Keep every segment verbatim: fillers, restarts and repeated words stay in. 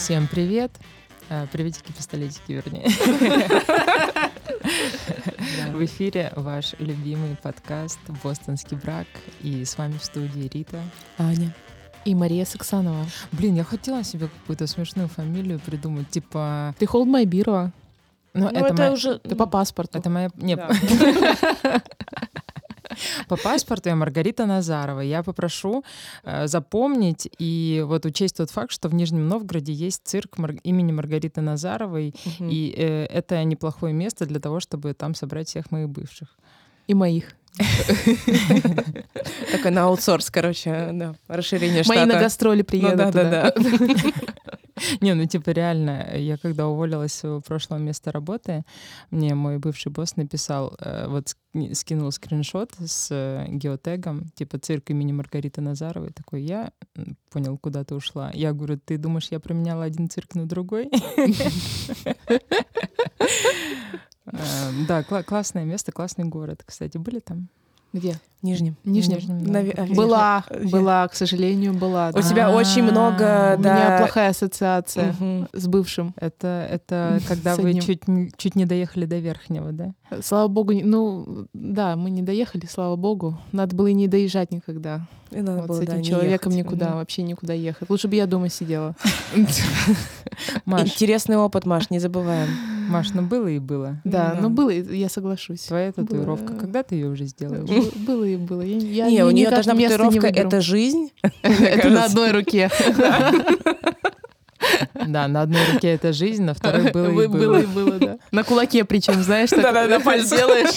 Всем привет. Приветики, пистолетики, вернее. В эфире ваш любимый подкаст «Бостонский брак». И с вами в студии Рита, Аня и Мария Саксанова. Блин, я хотела себе какую-то смешную фамилию придумать, типа... Ты hold my beer. Ну, это, это моя... уже... Ты по паспорту. Это моя... Нет. По паспорту я Маргарита Назарова. Я попрошу э, запомнить и вот учесть тот факт, что в Нижнем Новгороде есть цирк Мар... имени Маргариты Назаровой, угу. и э, это неплохое место для того, чтобы там собрать всех моих бывших. И моих. Такой на аутсорс, короче, да, расширение штата. Мои на гастроли приедут туда. Не, ну типа реально, я когда уволилась с своего прошлого места работы, мне мой бывший босс написал, вот скинул скриншот с геотегом, типа цирк имени Маргариты Назаровой. Такой, я понял, куда ты ушла. Я говорю, ты думаешь, я променяла один цирк на другой? Да, классное место, классный город. Кстати, были там? Где? В Нижнем. Нижнем. Нижнем да. Нави- была, была, к сожалению, была. У тебя очень много, У меня плохая ассоциация с бывшим. Это, это когда вы чуть, чуть не доехали до Верхнего, да? Слава богу, ну да, мы не доехали, слава богу. Надо было и не доезжать никогда. И надо вот было, с этим да, человеком ехать. никуда, угу. вообще никуда ехать. Лучше бы я дома сидела. Маш. Интересный опыт, Маш, не забываем. Маш, ну было и было. Да, ну было, я соглашусь. Твоя татуировка, когда ты ее уже сделаешь? Было и было. Я, не, я у нее должна быть татуировка «Это жизнь». Это на одной руке. Да, на одной руке это жизнь, на второй было и было. Было и было, да. На кулаке причем, знаешь, так на пальце делаешь.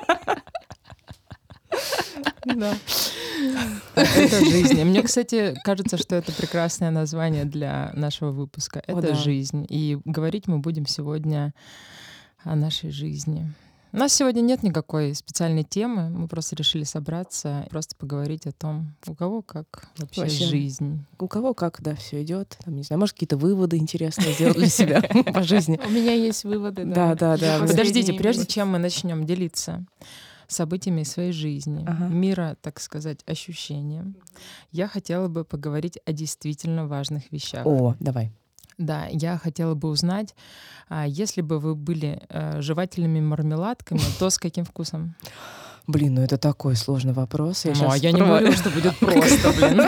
Да. Это жизнь. Мне, кстати, кажется, что это прекрасное название для нашего выпуска. Это О, да. жизнь. И говорить мы будем сегодня о нашей жизни. У нас сегодня нет никакой специальной темы. Мы просто решили собраться и просто поговорить о том, у кого как вообще, вообще жизнь. У кого как, да, все идет. Там, не знаю, может, какие-то выводы интересные сделать для себя по жизни. У меня есть выводы, да. Да, да, да. Подождите, прежде чем мы начнем делиться событиями своей жизни, ага. мира, так сказать, ощущением, я хотела бы поговорить о действительно важных вещах. О, давай. Да, я хотела бы узнать, если бы вы были жевательными мармеладками, то с каким вкусом? Блин, ну это такой сложный вопрос. Я ну, а я не говорю, что будет просто, блин.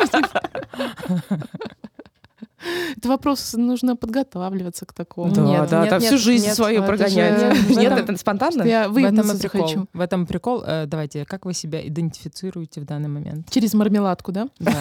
Это вопрос, нужно подготавливаться к такому. Да, нет, да, нет, там нет, всю жизнь нет, свою прогонять. Же... Нет, это спонтанно? Я в этом и прикол. Хочу. В этом прикол. Давайте, как вы себя идентифицируете в данный момент? Через мармеладку, да? Да.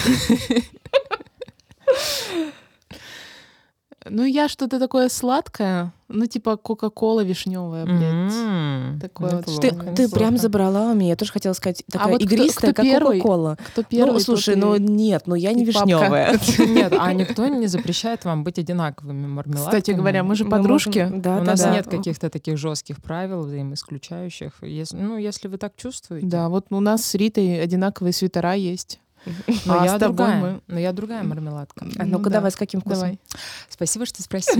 Ну, я что-то такое сладкое, ну, типа Кока-кола вишневая, блядь. Mm-hmm. Такое неплохо, вот. Ты, неплохо. ты прям забрала у меня. Я тоже хотела сказать, такая а вот игристая, кто, кто как первый, Кока-кола. Кто первый, ну, слушай, ты... ну нет, ну я не вишневая. Нет, а никто не запрещает вам быть одинаковыми мармеладками. Кстати говоря, мы же мы подружки. Можем... Да, У да, нас да. нет каких-то таких жестких правил, взаимоисключающих. Если, ну, если вы так чувствуете. Да, вот у нас с Ритой одинаковые свитера есть. Но, а я другая, мы... но я другая мармеладка. А ну-ка, ну, да. давай, с каким вкусом? Давай. Спасибо, что спросили.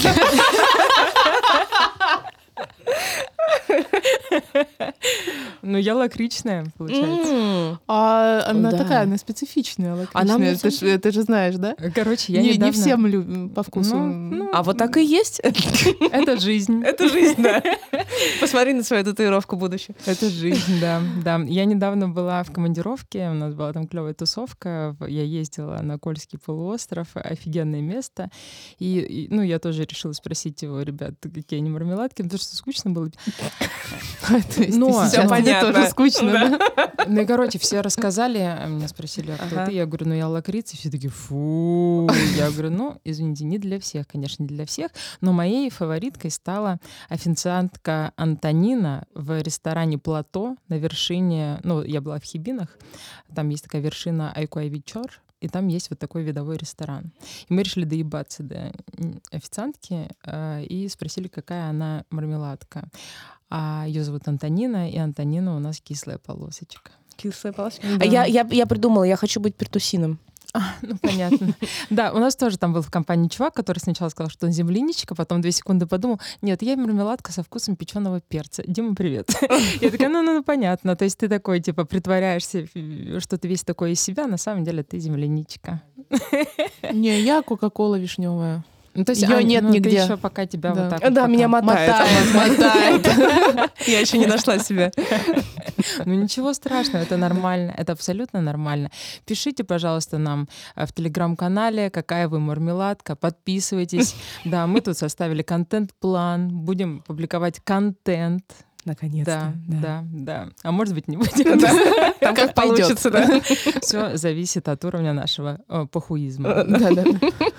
Ну, я лакричная, получается. А она такая, она специфичная, лакричная. Ты же знаешь, да? Короче, я недавно... Не всем любим по вкусу. А вот так и есть? Это жизнь. Это жизнь, да. Посмотри на свою татуировку будущее. Это жизнь, да. Да. Я недавно была в командировке, у нас была там клевая тусовка. Я ездила на Кольский полуостров, офигенное место. И, и ну, я тоже решила спросить его, ребят, какие они мармеладки, потому что скучно было. Но все понятно. Тоже скучно, да? Ну и, короче, все рассказали, меня спросили, а кто ты? Я говорю, ну я лакрица. Все такие, фу. Я говорю, ну, извините, не для всех, конечно, не для всех, но моей фавориткой стала официантка Антонина в ресторане «Плато» на вершине, ну, я была в Хибинах, там есть такая вершина Айкуай-Вечор, и там есть вот такой видовой ресторан. И мы решили доебаться до официантки э, и спросили, какая она мармеладка. А ее зовут Антонина, и Антонина у нас кислая полосочка. Кислая полосочка? Да. А я, я, я придумала, я хочу быть пертусином. А, ну, понятно. Да, у нас тоже там был в компании чувак, который сначала сказал, что он земляничка, потом две секунды подумал, нет, я мармеладка со вкусом печеного перца. Дима, привет. Я такая, ну, ну, понятно. То есть ты такой, типа, притворяешься, что ты весь такой из себя, на самом деле ты земляничка. Не, я кока-кола вишневая. Ну, то есть, Её а, нет ну, нигде. Ты еще пока тебя Да. вот так вот Да, пока- меня мотает. Мотает, мотает. Я еще не нашла себя. Ну ничего страшного, это нормально, это абсолютно нормально. Пишите, пожалуйста, нам э, в телеграм-канале, какая вы мармеладка, подписывайтесь. Да, мы тут составили контент-план, будем публиковать контент. Наконец-то. Да, да, да. А может быть, не будем. Там как получится, да. Все зависит от уровня нашего э, похуизма. Да, да.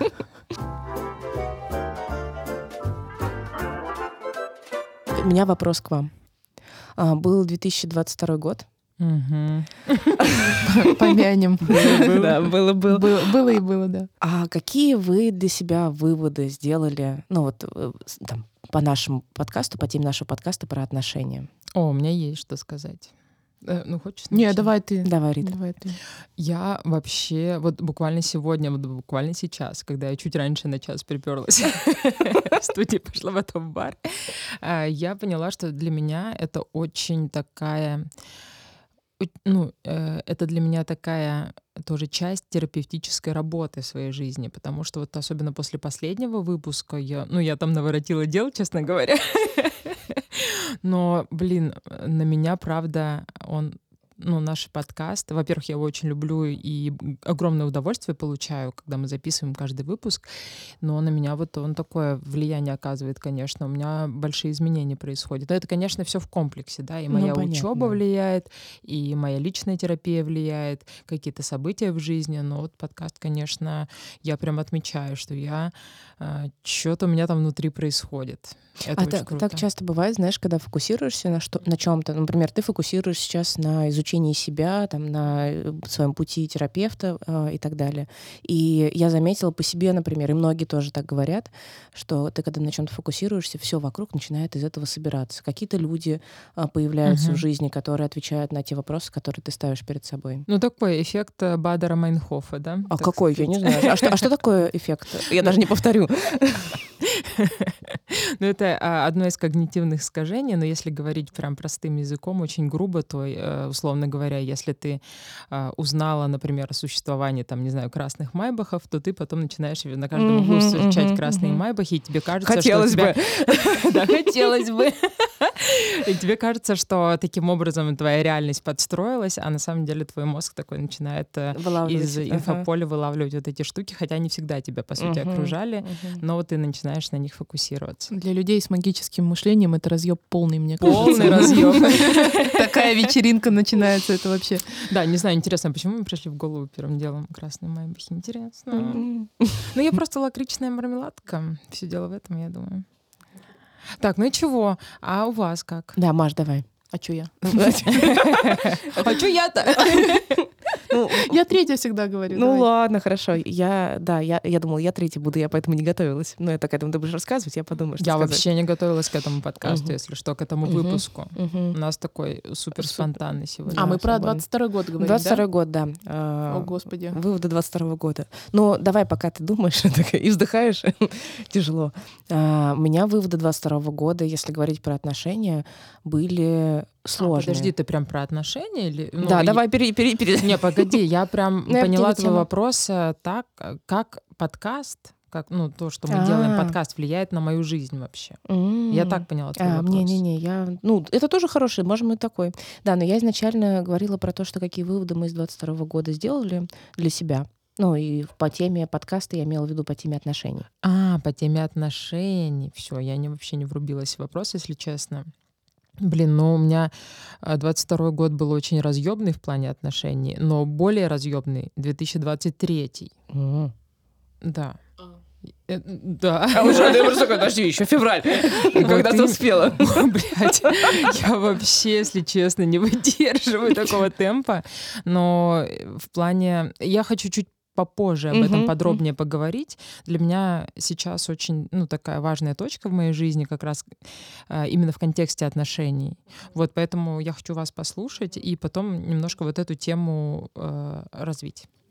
У меня вопрос к вам. А, Был две тысячи двадцать второй год. Мгм. Помянем. Да, было, было. Было было и было, да. А какие вы для себя выводы сделали, ну вот э, с- там, по нашему подкасту, по теме нашего подкаста про отношения? О, у меня есть что сказать. Э, Ну, хочешь? Не, начать? давай ты. Давай, Рита. Давай ты. Я вообще, вот буквально сегодня, вот буквально сейчас, когда я чуть раньше на час приперлась в студии, пошла потом в бар, а, я поняла, что для меня это очень такая, о- ну, э, это для меня такая тоже часть терапевтической работы в своей жизни, потому что вот особенно после последнего выпуска я, ну, я там наворотила дел, честно говоря. Но, блин, на меня, правда, он, ну, наш подкаст, во-первых, я его очень люблю и огромное удовольствие получаю, когда мы записываем каждый выпуск, но на меня вот он такое влияние оказывает, конечно, у меня большие изменения происходят. Но это, конечно, все в комплексе, да, и Ну, моя понятно. учеба влияет, и моя личная терапия влияет, какие-то события в жизни, но вот подкаст, конечно, я прям отмечаю, что я, что-то у меня там внутри происходит. Это А очень так, круто. так часто бывает, знаешь, когда фокусируешься на, что, на чем-то, например, ты фокусируешься сейчас на изучении себя, там, на э, своем пути терапевта э, и так далее. И я заметила по себе, например, и многие тоже так говорят, что ты, когда на чем-то фокусируешься, все вокруг начинает из этого собираться. Какие-то люди а, появляются Мгм. в жизни, которые отвечают на те вопросы, которые ты ставишь перед собой. Ну, такой эффект э, Бадера Майнхофа, да? А так какой? Я сказать. не знаю. А что, а что такое эффект? Я даже не повторю. Ну, это а, одно из когнитивных искажений, но если говорить прям простым языком, очень грубо, то, э, условно говоря, если ты а, узнала, например, о существовании, там, не знаю, красных майбахов, то ты потом начинаешь на каждом углу Мгм, встречать мгм, красные мгм. майбахи, и тебе кажется, Хотелось что у бы. тебя... Да, хотелось бы. И тебе кажется, что таким образом твоя реальность подстроилась, а на самом деле твой мозг такой начинает э, Вылавливать. из Ага. инфополя вылавливать вот эти штуки, хотя они всегда тебя, по сути, Мгм, окружали, мгм. но вот ты начинаешь на них фокусироваться. Для людей с магическим мышлением это разъеб полный, мне кажется. Полный разъем. Такая вечеринка начинается, это вообще. Да, не знаю, интересно, почему мы пришли в голову первым делом красные майбахи? Интересно. Мгм. Ну, я просто лакричная мармеладка. Все дело в этом, я думаю. Так, ну и чего? А у вас как? Да, Маш, давай. А чё я? А что я-то? Ну, Я третья всегда говорю. ну давай. ладно, хорошо. Я, да, я, я думала, я третья буду, я поэтому не готовилась. Но я так к этому ты будешь рассказывать, я подумаю, что Я сказать. вообще не готовилась к этому подкасту, Мгм. если что, к этому Мгм. выпуску. У Мгм. нас такой супер спонтанный сегодня. А, мы про свободно. двадцать второй год говорим, двадцать второй да? год, да. А, О, Господи. Выводы двадцать второго года. Но давай, пока ты думаешь такая, и вздыхаешь, тяжело. А, У меня выводы двадцать второго года, если говорить про отношения, были А, сложные. подожди, ты прям про отношения? Или... ну, Да, и- давай, пере, пере, пере- Не, погоди, я прям Ну, я поняла тема, твой тема. вопрос э, так, э, как подкаст, как, ну, то, что мы делаем, А. подкаст влияет на мою жизнь вообще. М. Я так поняла твой А, вопрос. не-не-не, я... Ну, это тоже хороший, можем и такой. Да, но я изначально говорила про то, что какие выводы мы из двадцать второго года сделали для себя. Ну, и по теме подкаста я имела в виду по теме отношений. А, по теме отношений. Все, я не, вообще не врубилась в вопрос, если честно. Блин, ну у меня э, двадцать второй год был очень разъебный в плане отношений, но более разъебный две тысячи двадцать третий. М. Да. Э, Да. А уже, я просто такой, подожди, еще февраль. Когда ты ты- успела? Блять, я вообще, если честно, не выдерживаю такого темпа. Но в плане... Я хочу чуть попозже об этом Мгм, подробнее поговорить. Для меня сейчас очень, ну, такая важная точка в моей жизни, как раз э, именно в контексте отношений. Вот поэтому я хочу вас послушать и потом немножко вот эту тему э, развить.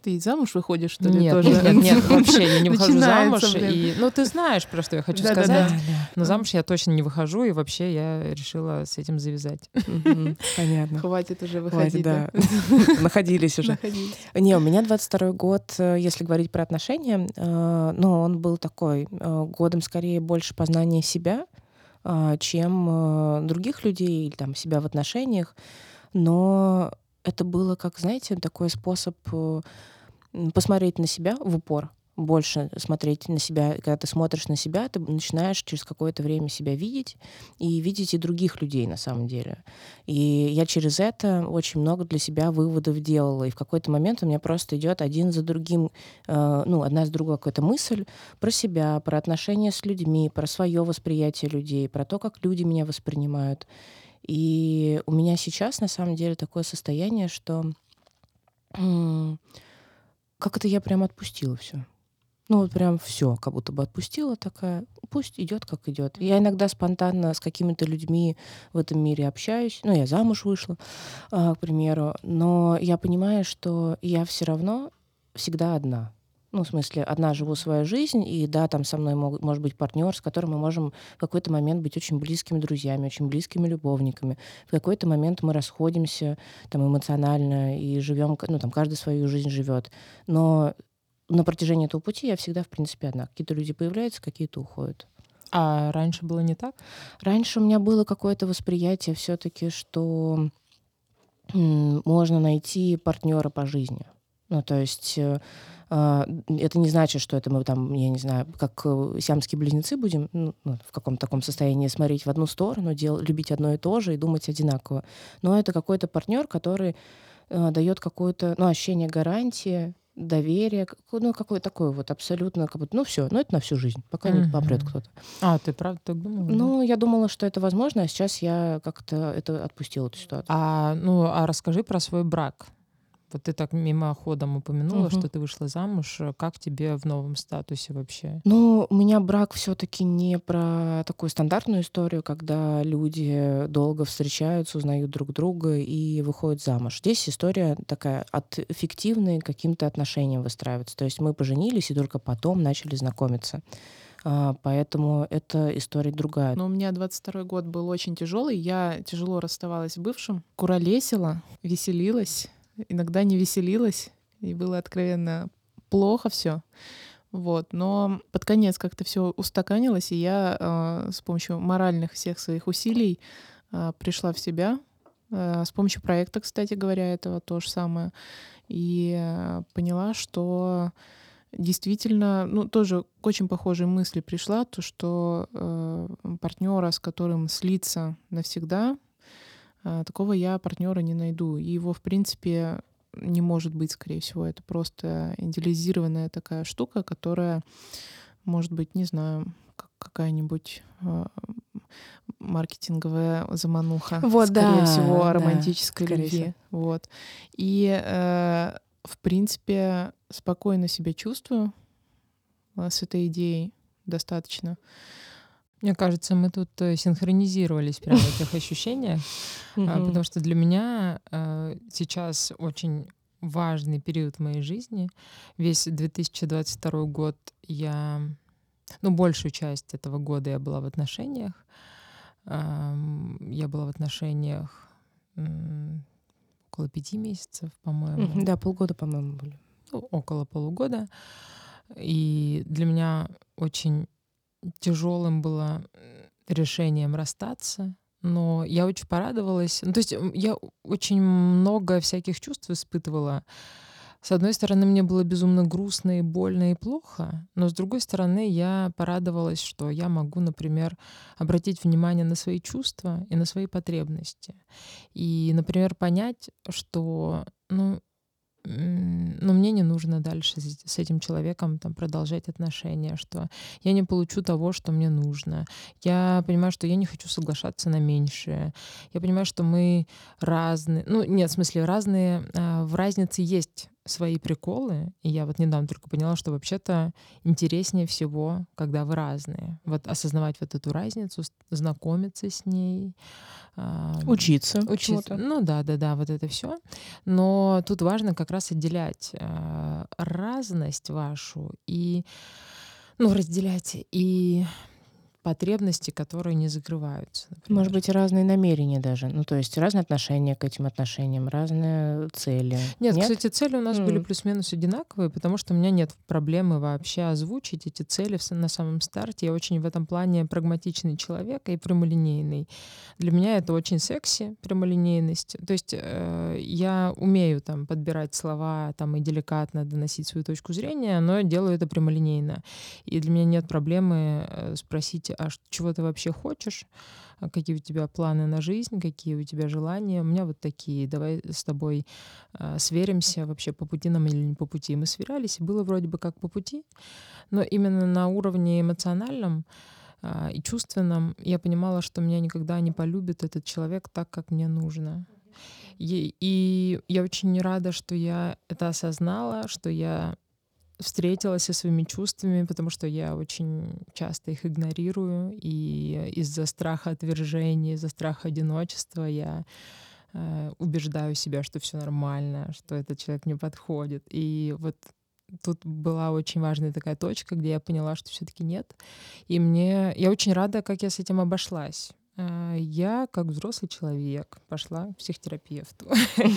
Ты замуж выходишь, что ли, Нет, тоже? нет, нет, нет, вообще я не выхожу замуж. Начинается, блин. И, ну, ты знаешь, про что я хочу Да-да-да. сказать. Да. Но замуж я точно не выхожу, и вообще я решила с этим завязать. Мгм. Понятно. Хватит уже Хватит, выходить. да. Находились уже. Находились. Не, у меня двадцать второй год, э, если говорить про отношения, э, ну, он был такой, э, годом скорее больше познания себя, а, чем э, других людей или там себя в отношениях. Но это было, как, знаете, такой способ э, м, посмотреть на себя в упор, больше смотреть на себя. Когда ты смотришь на себя, ты начинаешь через какое-то время себя видеть и видеть и других людей на самом деле. И я через это очень много для себя выводов делала. И в какой-то момент у меня просто идет один за другим, э, ну, одна с другой какая-то мысль про себя, про отношения с людьми, про свое восприятие людей, про то, как люди меня воспринимают. И у меня сейчас на самом деле такое состояние, что м, как это я прям отпустила все. Ну вот прям все, как будто бы отпустила такая, пусть идет как идет. Я иногда спонтанно с какими-то людьми в этом мире общаюсь. Ну, я замуж вышла, а, к примеру, но я понимаю, что я все равно всегда одна. Ну, в смысле, одна живу свою жизнь, и да, там со мной мог- может быть партнер, с которым мы можем в какой-то момент быть очень близкими друзьями, очень близкими любовниками. В какой-то момент мы расходимся там эмоционально и живем, ну, там каждый свою жизнь живет. Но на протяжении этого пути я всегда, в принципе, одна. Какие-то люди появляются, какие-то уходят. А раньше было не так? Раньше у меня было какое-то восприятие все-таки, что м, можно найти партнера по жизни. Ну, то есть э, а, это не значит, что это мы там, я не знаю, как э, сиамские близнецы будем ну, ну, в каком-то таком состоянии смотреть в одну сторону, дел, любить одно и то же и думать одинаково. Но это какой-то партнер, который э, дает какое-то ну, ощущение гарантии, доверие, как- ну, какое такое вот абсолютно, как будто, ну, все, ну, это на всю жизнь, пока не попрет Мгм. кто-то. А, ты правда так думала? Да? Ну, я думала, что это возможно, а сейчас я как-то это отпустила, эту ситуацию. А, ну, а расскажи про свой брак. Вот ты так мимоходом упомянула, Мгм. что ты вышла замуж. Э, Как тебе в новом статусе вообще? Ну, у меня брак все-таки не про такую стандартную историю, когда люди долго встречаются, узнают друг друга и выходят замуж. Здесь история такая от фиктивной к каким-то отношениям выстраивается. То есть мы поженились и только потом начали знакомиться. А, поэтому эта история другая. Но у меня двадцать второй год был очень тяжелый. Я тяжело расставалась с бывшим, куролесила, веселилась, иногда не веселилась, и было откровенно плохо все. Вот. Но под конец как-то все устаканилось, и я э, с помощью моральных всех своих усилий э, пришла в себя. Э, с помощью проекта, кстати говоря, этого то же самое. И э, поняла, что действительно, ну, тоже к очень похожей мысли пришла, то, что э, партнера, с которым слиться навсегда, э, такого я партнера не найду. И его, в принципе, не может быть, скорее всего. Это просто идеализированная такая штука, которая, может быть, не знаю, как какая-нибудь э, маркетинговая замануха, Вот, скорее да, всего, да, романтической скорее любви. всего. Вот. И, э, в принципе, спокойно себя чувствую э, с этой идеей достаточно. Мне кажется, мы тут э, синхронизировались прямо в этих ощущениях, а, Мгм. потому что для меня э, сейчас очень важный период в моей жизни. Весь две тысячи двадцать второй год я, ну, большую часть этого года я была в отношениях. Ам, Я была в отношениях м, около пяти месяцев, Мгм. по-моему, Да, полгода, по-моему, были. ну, около полугода. И для меня очень тяжелым было м, решением расстаться, но я очень порадовалась. Ну, то есть м, я о- очень много всяких чувств испытывала. С одной стороны, мне было безумно грустно и больно и плохо, но с другой стороны, я порадовалась, что я могу, например, обратить внимание на свои чувства и на свои потребности. И, например, понять, что, ну, м, ну, мне не нужно дальше с с этим человеком там продолжать отношения, что я не получу того, что мне нужно. Я понимаю, что я не хочу соглашаться на меньшее. Я понимаю, что мы разные. Ну, нет, в смысле, разные. а, В разнице есть свои приколы. И я вот недавно только поняла, что вообще-то интереснее всего, когда вы разные. Вот осознавать вот эту разницу, знакомиться с ней. Учиться. Учиться. Ну да, да, да, вот это все. Но тут важно как раз отделять э, разность вашу и, ну, разделять и потребности, которые не закрываются. Например. Может быть, и разные намерения даже. Ну, то есть разные отношения к этим отношениям, разные цели. Нет, Нет? кстати, цели у нас Mm. были плюс-минус одинаковые, потому что у меня нет проблемы вообще озвучить эти цели на самом старте. Я очень в этом плане прагматичный человек и прямолинейный. Для меня это очень секси, прямолинейность. То есть э, я умею там подбирать слова там, и деликатно доносить свою точку зрения, но делаю это прямолинейно. И для меня нет проблемы спросить, а чего ты вообще хочешь, какие у тебя планы на жизнь, какие у тебя желания. У меня вот такие. Давай с тобой э, сверимся вообще, по пути нам или не по пути. Мы сверялись, и было вроде бы как по пути, но именно на уровне эмоциональном э, и чувственном я понимала, что меня никогда не полюбит этот человек так, как мне нужно. И, и я очень рада, что я это осознала, что я встретилась со своими чувствами, потому что я очень часто их игнорирую, и из-за страха отвержения, из-за страха одиночества я э, убеждаю себя, что все нормально, что этот человек мне подходит. И вот тут была очень важная такая точка, где я поняла, что все-таки нет. И мне я очень рада, как я с этим обошлась. Я, как взрослый человек, пошла к психотерапевту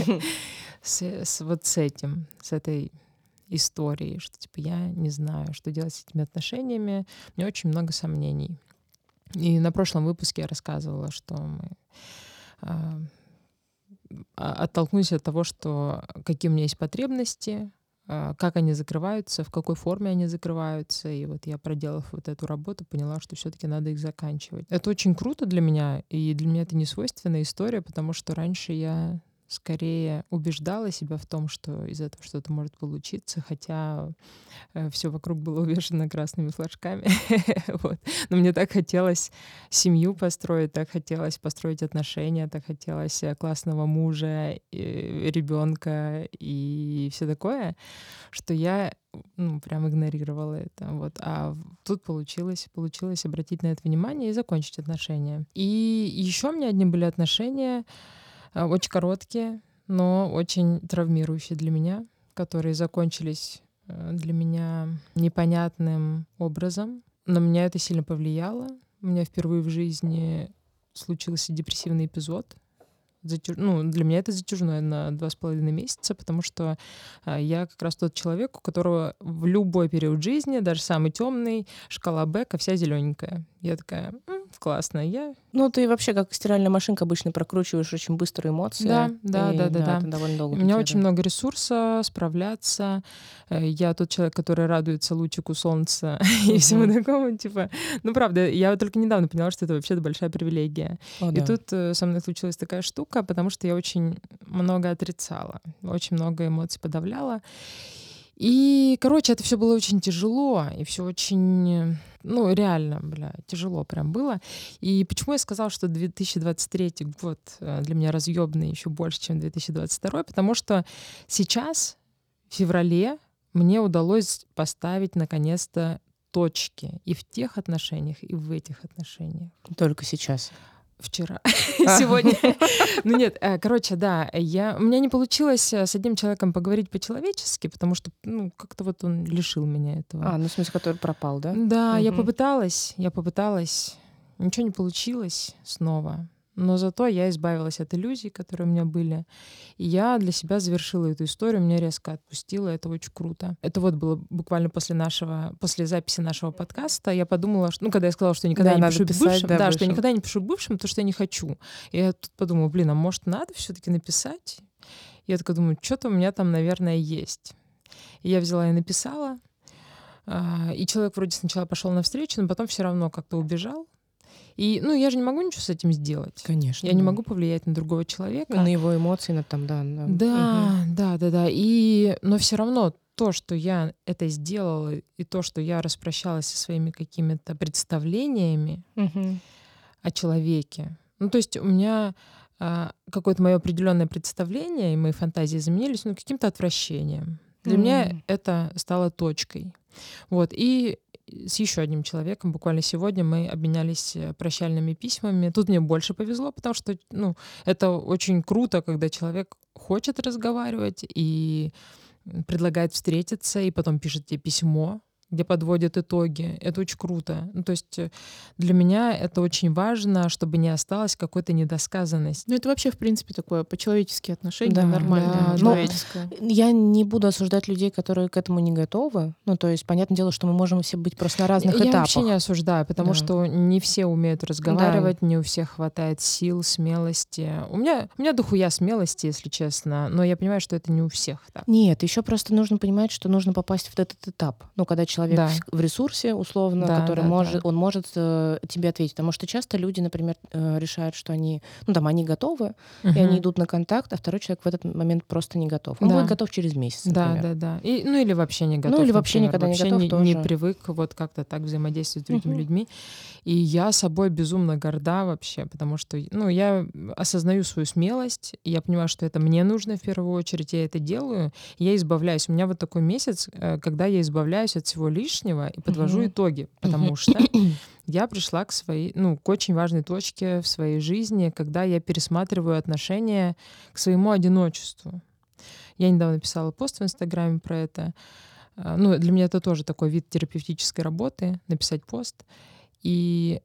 вот с этим, с этой истории, что типа я не знаю, что делать с этими отношениями. У меня очень много сомнений. И на прошлом выпуске я рассказывала, что мы э, оттолкнулись от того, что какие у меня есть потребности, э, как они закрываются, в какой форме они закрываются. И вот я, проделав вот эту работу, поняла, что все-таки надо их заканчивать. Это очень круто для меня, и для меня это не свойственная история, потому что раньше я скорее убеждала себя в том, что из этого что-то может получиться, хотя э, все вокруг было увешано красными флажками. Вот. Но мне так хотелось семью построить, так хотелось построить отношения, так хотелось классного мужа, ребенка и все такое, что я ну, прям игнорировала это. Вот. А тут получилось, получилось обратить на это внимание и закончить отношения. И еще у меня одни были отношения, очень короткие, но очень травмирующие для меня, которые закончились для меня непонятным образом. На меня это сильно повлияло. У меня впервые в жизни случился депрессивный эпизод. Затяж... Ну, для меня это затяжное на два с половиной месяца, потому что а, я как раз тот человек, у которого в любой период жизни, даже самый темный, шкала Бека вся зелененькая. Я такая, м, классно, я... Ну, ты вообще как стиральная машинка обычно прокручиваешь очень быстро эмоции. Да, да, и, да, да, да. Это довольно долго. У меня очень много ресурса справляться. Я тот человек, который радуется лучику солнца и всему такому, типа... Ну, правда, я только недавно поняла, что это вообще-то большая привилегия. О, и да. тут со мной случилась такая штука, потому что я очень много отрицала, очень много эмоций подавляла. И, короче, это все было очень тяжело, и все очень, ну, реально, бля, тяжело прям было. И почему я сказала, что две тысячи двадцать третий год для меня разъёбный еще больше, чем две тысячи двадцать второй, потому что сейчас, в феврале, мне удалось поставить, наконец-то, точки и в тех отношениях, и в этих отношениях. Только сейчас. Вчера, сегодня. Ну нет, короче, да, я, у меня не получилось с одним человеком поговорить по-человечески, потому что, ну, как-то вот он лишил меня этого. А, ну, в смысле, который пропал, да? Да, угу. я попыталась, я попыталась, ничего не получилось снова. Но зато я избавилась от иллюзий, которые у меня были. И я для себя завершила эту историю, меня резко отпустило, это очень круто. Это вот было буквально после нашего, после записи нашего подкаста. Я подумала, что, ну, когда я сказала, что никогда да, не пишу писать, бывшим, да, да, бывшим. что я никогда не пишу бывшим, потому что я не хочу. И я тут подумала, блин, а может надо все-таки написать? И я такая думаю, что-то у меня там, наверное, есть. И я взяла и написала. И человек вроде сначала пошел навстречу, но потом все равно как-то убежал. И, ну, я же не могу ничего с этим сделать. Конечно. Я да. не могу повлиять на другого человека. На его эмоции, на там, да. Да, да, угу. да, да, да. И, но все равно то, что я это сделала, и то, что я распрощалась со своими какими-то представлениями угу. о человеке. Ну, то есть у меня а, какое-то мое определенное представление, и мои фантазии заменились ну, каким-то отвращением. Для mm. меня это стало точкой. Вот. И с еще одним человеком буквально сегодня мы обменялись прощальными письмами. Тут мне больше повезло, потому что ну, это очень круто, когда человек хочет разговаривать и предлагает встретиться, и потом пишет тебе письмо, где подводят итоги. Это очень круто. Ну, то есть для меня это очень важно, чтобы не осталось какой-то недосказанности. Ну, это вообще, в принципе, такое по-человеческие отношения, да, нормальное, да, человеческое. Но я не буду осуждать людей, которые к этому не готовы. Ну, то есть, понятное дело, что мы можем все быть просто на разных я этапах. Я вообще не осуждаю, потому да. что не все умеют разговаривать, да. не у всех хватает сил, смелости. У меня, у меня дохуя смелости, если честно, но я понимаю, что это не у всех так. Нет, еще просто нужно понимать, что нужно попасть в этот этап. Ну, когда человек человек да. в ресурсе, условно, да, который да, может, да. он может э, тебе ответить. Потому что часто люди, например, э, решают, что они, ну, там, они готовы, uh-huh. и они идут на контакт, а второй человек в этот момент просто не готов. Он да. будет готов через месяц, например. Да, да, да. И, ну, или вообще не готов. Ну, или вообще например, никогда вообще не готов не, тоже. не привык вот как-то так взаимодействовать с другими uh-huh. людьми. И я собой безумно горда вообще, потому что, ну, я осознаю свою смелость, и я понимаю, что это мне нужно в первую очередь, я это делаю, и я избавляюсь. У меня вот такой месяц, когда я избавляюсь от всего лишнего и подвожу uh-huh. итоги, потому uh-huh. что я пришла к своей, ну, к очень важной точке в своей жизни, когда я пересматриваю отношение к своему одиночеству. Я недавно писала пост в Инстаграме про это. Ну, для меня это тоже такой вид терапевтической работы, написать пост. И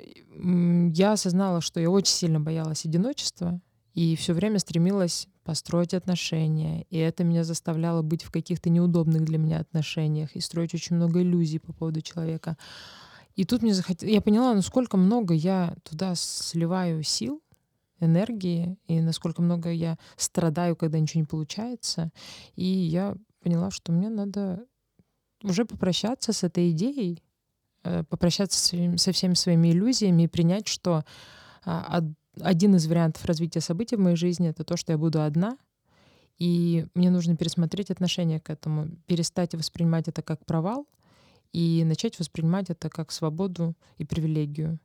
я осознала, что я очень сильно боялась одиночества и все время стремилась построить отношения. И это меня заставляло быть в каких-то неудобных для меня отношениях и строить очень много иллюзий по поводу человека. И тут мне захотелось... Я поняла, насколько много я туда сливаю сил, энергии, и насколько много я страдаю, когда ничего не получается. И я поняла, что мне надо уже попрощаться с этой идеей, попрощаться со всеми своими иллюзиями и принять, что один из вариантов развития событий в моей жизни — это то, что я буду одна, и мне нужно пересмотреть отношение к этому, перестать воспринимать это как провал и начать воспринимать это как свободу и привилегию.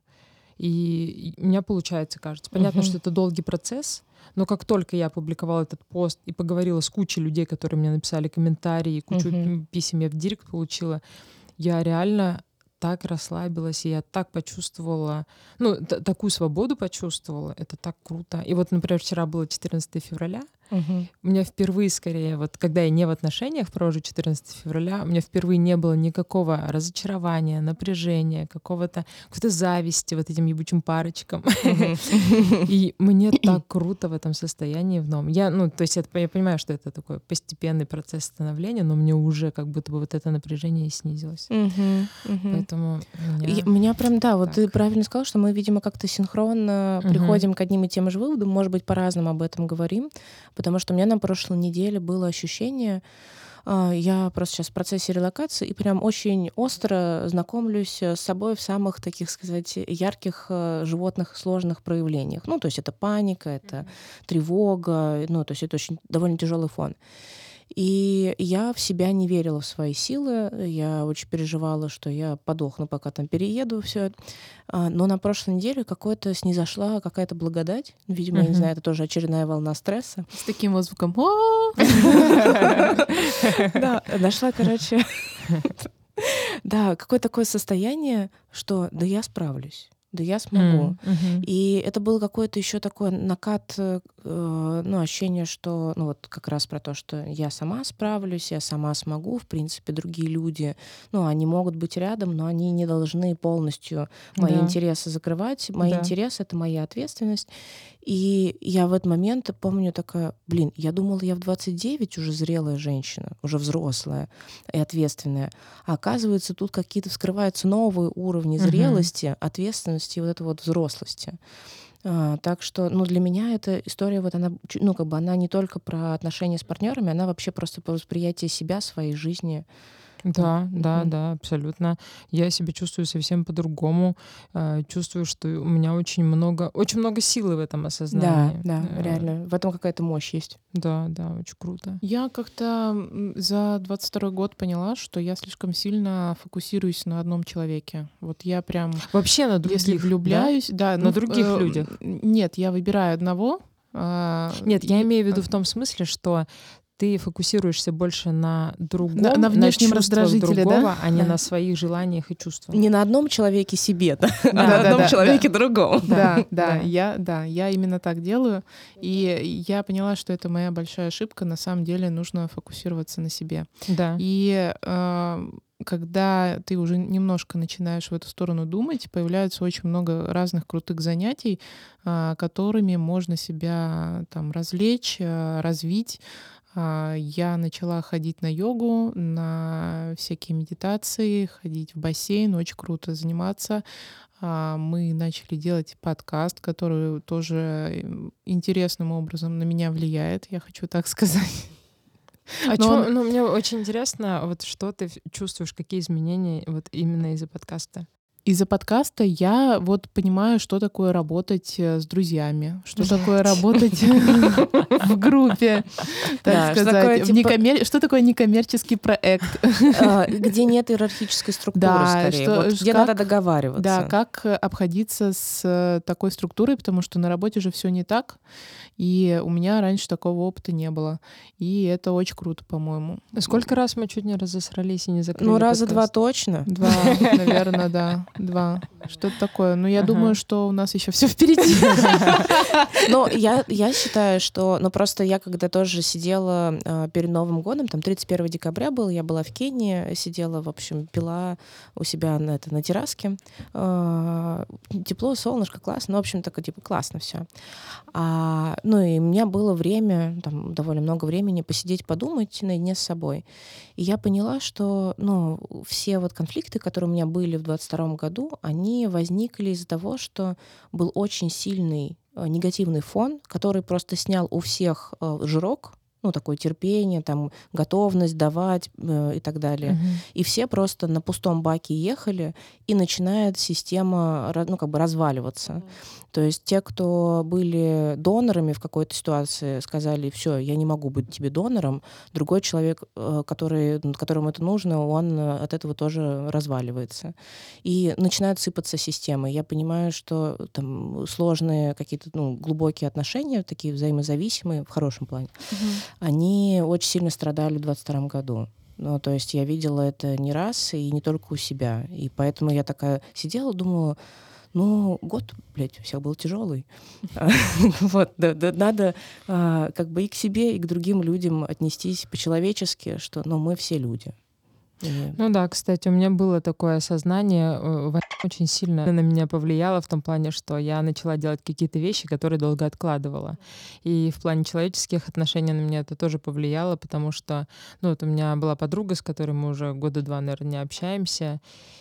И у меня получается, кажется. Понятно, uh-huh. что это долгий процесс, но как только я опубликовала этот пост и поговорила с кучей людей, которые мне написали комментарии, кучу uh-huh. писем я в директ получила, я реально так расслабилась, и я так почувствовала, ну, т- такую свободу почувствовала. Это так круто. И вот, например, вчера было четырнадцатое февраля. Uh-huh. У меня впервые, скорее, вот когда я не в отношениях провожу четырнадцатое февраля, у меня впервые не было никакого разочарования, напряжения, какого-то, какой-то зависти вот этим ебучим парочкам. Uh-huh. И мне так круто в этом состоянии в новом. Я, ну, то есть это, я понимаю, что это такой постепенный процесс становления, но мне уже как будто бы вот это напряжение снизилось. Uh-huh. Uh-huh. Поэтому меня... И, меня прям, да, вот так. Ты правильно сказала, что мы, видимо, как-то синхронно uh-huh. приходим к одним и тем же выводам, может быть, по-разному об этом говорим. Потому что у меня на прошлой неделе было ощущение, я просто сейчас в процессе релокации и прям очень остро знакомлюсь с собой в самых таких, сказать, ярких животных сложных проявлениях. Ну, то есть это паника, это mm-hmm. тревога, ну, то есть это очень довольно тяжелый фон. И я в себя не верила, в свои силы. Я очень переживала, что я подохну, пока там перееду, все. Но на прошлой неделе какой-то снизошла какая-то благодать. Видимо, uh-huh. я не знаю, это тоже очередная волна стресса. С таким вот звуком. Да, нашла, короче... Да, какое-то такое состояние, что да я справлюсь. Да я смогу. Mm-hmm. И это был какой-то еще такой накат, э, ну, ощущение, что, ну, вот как раз про то, что я сама справлюсь, я сама смогу, в принципе, другие люди, ну, они могут быть рядом, но они не должны полностью мои да. интересы закрывать. Мои да. интересы — это моя ответственность. И я в этот момент помню такая, блин, я думала, я в двадцать девять уже зрелая женщина, уже взрослая и ответственная. А оказывается, тут какие-то вскрываются новые уровни зрелости, uh-huh. ответственности и вот этой вот взрослости. А, так что, ну, для меня эта история, вот она, ну, как бы она не только про отношения с партнерами, она вообще просто про восприятие себя, своей жизни. Да, да, Мгм. да, абсолютно. Я себя чувствую совсем по-другому. Э, Чувствую, что у меня очень много, очень много силы в этом Да, осознании. да, Э, реально. В этом какая-то мощь есть. Да, да, очень круто. Я как-то м, за двадцать второй год поняла, что я слишком сильно фокусируюсь на одном человеке. Вот я прям, Вообще на если других, да? влюбляюсь, да, На ну, в- других э, людях. м, нет, я выбираю одного. а, Нет, я и имею в виду э, в том смысле, что ты фокусируешься больше на на, другом, на на внешнем чувствах раздражителе, да? другого, а не Да. на своих желаниях и чувствах. Не на одном человеке себе, да, а на Да, одном да, человеке другом. Да, да, да. я, да, я именно так делаю. И я поняла, что это моя большая ошибка. На самом деле нужно фокусироваться на себе. Да. И э, когда ты уже немножко начинаешь в эту сторону думать, появляется очень много разных крутых занятий, э, которыми можно себя там развлечь, э, развить. А, Я начала ходить на йогу, на всякие медитации, ходить в бассейн, очень круто заниматься. А, Мы начали делать подкаст, который тоже м, интересным образом на меня влияет, я хочу так сказать. А Но чё, он- ну, мне очень интересно, вот что ты ф- чувствуешь, какие изменения вот именно из-за подкаста? Из-за подкаста я вот понимаю, что такое работать э, с друзьями, что такое работать в группе, Да, так что такое, сказать, в типа- некоммер- что такое некоммерческий проект. А, Где нет иерархической структуры, Да, скорее. что- Вот ж- где как- надо договариваться. Да, как э, обходиться с э, такой структурой, потому что на работе же все не так, и у меня раньше такого опыта не было. И это очень круто, по-моему. Сколько раз мы чуть не разосрались и не закрыли Ну, раза два подкаст? точно. Два, наверное, да. Два. Что-то такое. Но я Ага. думаю, что у нас еще все впереди. Но я, я считаю, что... Ну, просто я когда тоже сидела э, перед Новым годом, там тридцать первого декабря был, я была в Кении, сидела, в общем, пила у себя на, это, на терраске. Э, тепло, солнышко, классно. Ну, в общем, такое, типа, классно все. А, ну, и у меня было время, там, довольно много времени посидеть, подумать наедине с собой. И я поняла, что, ну, все вот конфликты, которые у меня были в двадцать втором году, они возникли из-за того, что был очень сильный э, негативный фон, который просто снял у всех э, жирок, ну, такое терпение, там, готовность давать э, и так далее. Мгм. И все просто на пустом баке ехали, и начинает система, ра- ну, как бы разваливаться. То есть те, кто были донорами в какой-то ситуации, сказали: все, я не могу быть тебе донором. Другой человек, э, который, которому это нужно, он э, от этого тоже разваливается. И начинает сыпаться система. Я понимаю, что там сложные какие-то, ну, глубокие отношения, такие взаимозависимые, в хорошем плане, они очень сильно страдали в двадцать втором году. Ну, то есть я видела это не раз, и не только у себя. И поэтому я такая сидела, думала, ну, год, блядь, у всех был тяжелый. Вот, да, да, надо а, как бы и к себе, и к другим людям отнестись по-человечески, что, ну, мы все люди. И- Ну да, кстати, у меня было такое осознание, э, война очень сильно на меня повлияла в том плане, что я начала делать какие-то вещи, которые долго откладывала. И в плане человеческих отношений на меня это тоже повлияло, потому что, ну, вот у меня была подруга, с которой мы уже года два, наверное, не общаемся,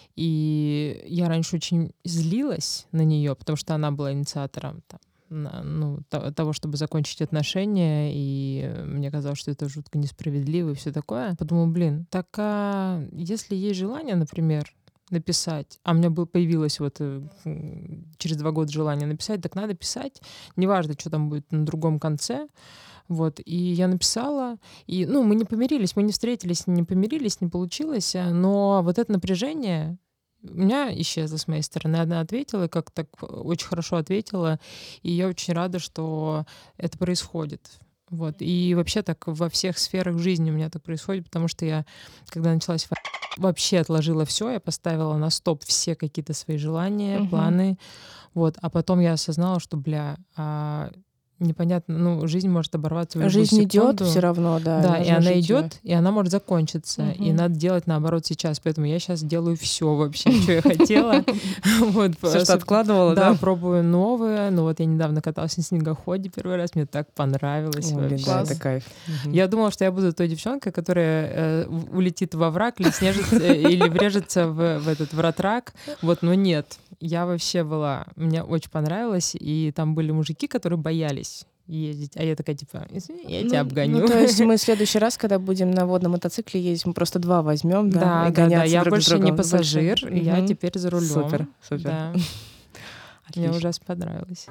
и я раньше очень злилась на нее, потому что она была инициатором там, на- ну, то- того, чтобы закончить отношения, и э, мне казалось, что это жутко несправедливо и все такое. Подумала, блин, так а если есть желание, например, написать, а у меня был, появилось вот э, м, через два года желание написать, так надо писать, неважно, что там будет на другом конце. Вот, и я написала, и, ну, мы не помирились, мы не встретились, не помирились, не получилось, а, но вот это напряжение у меня исчезло с моей стороны. Она ответила, и как так очень хорошо ответила, и я очень рада, что это происходит. Вот. И вообще так во всех сферах жизни у меня так происходит, потому что я, когда началась война, вообще отложила все, я поставила на стоп все какие-то свои желания, Мгм. планы. Вот. А потом я осознала, что, бля, а, непонятно, ну, жизнь может оборваться в любую Жизнь идет секунду. все равно, да. Да, и нужно она жить её. идет, и она может закончиться. И Мгм. надо делать наоборот сейчас. Поэтому я сейчас делаю все вообще, что я хотела. Вот, Всё, что особ- откладывала, Да, да? пробую новое. Ну вот я недавно каталась на снегоходе первый раз, мне так понравилось Ой, блин, вообще. да, Класс. это кайф. Мгм. Я думала, что я буду той девчонкой, которая э, в- улетит во враг или снежится, э, или врежется в, в этот вратрак. Вот, но нет. Я вообще была... Мне очень понравилось. И там были мужики, которые боялись. ездить. А я такая, типа, извини, я ну, тебя обгоню. Ну, то есть мы в следующий раз, когда будем на водном мотоцикле ездить, мы просто два возьмем, да, Да, и да, да. Я друг больше другом. не пассажир, Больше... я Мгм. теперь за рулем. Супер, супер. Да. Мне ужасно понравилось.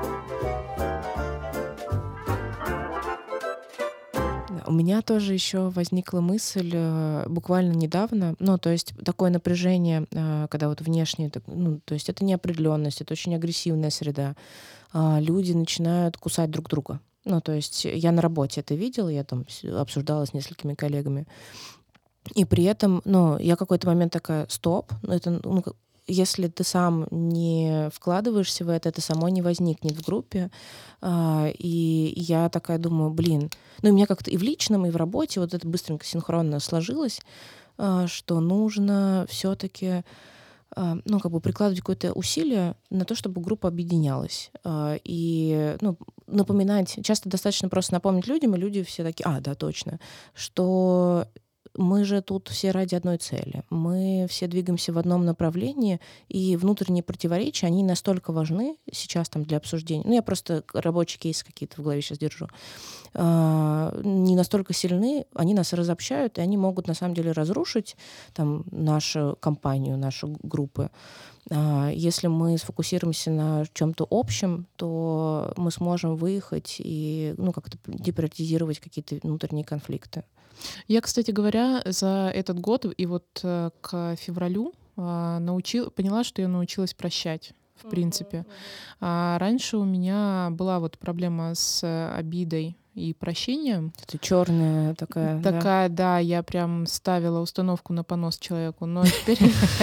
У меня тоже еще возникла мысль э, буквально недавно, ну, то есть такое напряжение, э, когда вот внешне, так, ну, то есть это неопределенность, это очень агрессивная среда. А, люди начинают кусать друг друга. Ну, то есть я на работе это видела, я там с- обсуждала с несколькими коллегами. И при этом, ну, я какой-то момент такая, стоп, ну, это, ну, как- если ты сам не вкладываешься в это, это само не возникнет в группе. А, и я такая думаю, блин, ну, и у меня как-то и в личном, и в работе вот это быстренько синхронно сложилось, а, что нужно все-таки, ну, как бы прикладывать какое-то усилие на то, чтобы группа объединялась. А, И, ну, напоминать, часто достаточно просто напомнить людям, и люди все такие, а, да, точно, что мы же тут все ради одной цели. Мы все двигаемся в одном направлении, и внутренние противоречия, они настолько важны сейчас там для обсуждения. Ну, я просто рабочие кейсы какие-то в голове сейчас держу. А, не настолько сильны, они нас разобщают, и они могут на самом деле разрушить там нашу компанию, нашу группы. А, Если мы сфокусируемся на чем-то общем, то мы сможем выехать и, ну, как-то деприоритизировать какие-то внутренние конфликты. Я, кстати говоря, за этот год и вот э, к февралю а, научил, поняла, что я научилась прощать, в принципе. А раньше у меня была вот проблема с э, обидой и прощением. Это черная такая. да. Такая, да, я прям ставила установку на понос человеку, но теперь...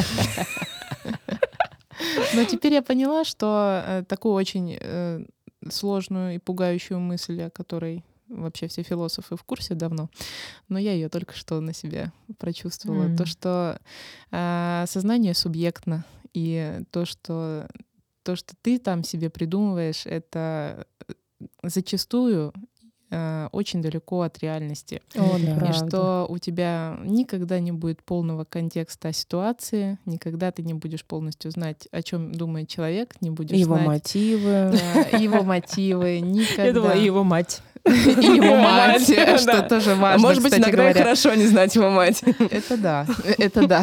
Но теперь я поняла, что э, такую очень э, сложную и пугающую мысль, о которой вообще все философы в курсе давно, но я ее только что на себе прочувствовала. М. То, что э, сознание субъектно, и то, что то, что ты там себе придумываешь, это зачастую э, очень далеко от реальности. О, Это да. И правда. что у тебя никогда не будет полного контекста ситуации, никогда ты не будешь полностью знать, о чем думает человек, не будешь Его знать мотивы. э, его мотивы, никогда. Я думала, и его мать. И его мать, Да. что тоже А важно, может быть, кстати иногда и говоря. хорошо не знать его мать. Это да, это да.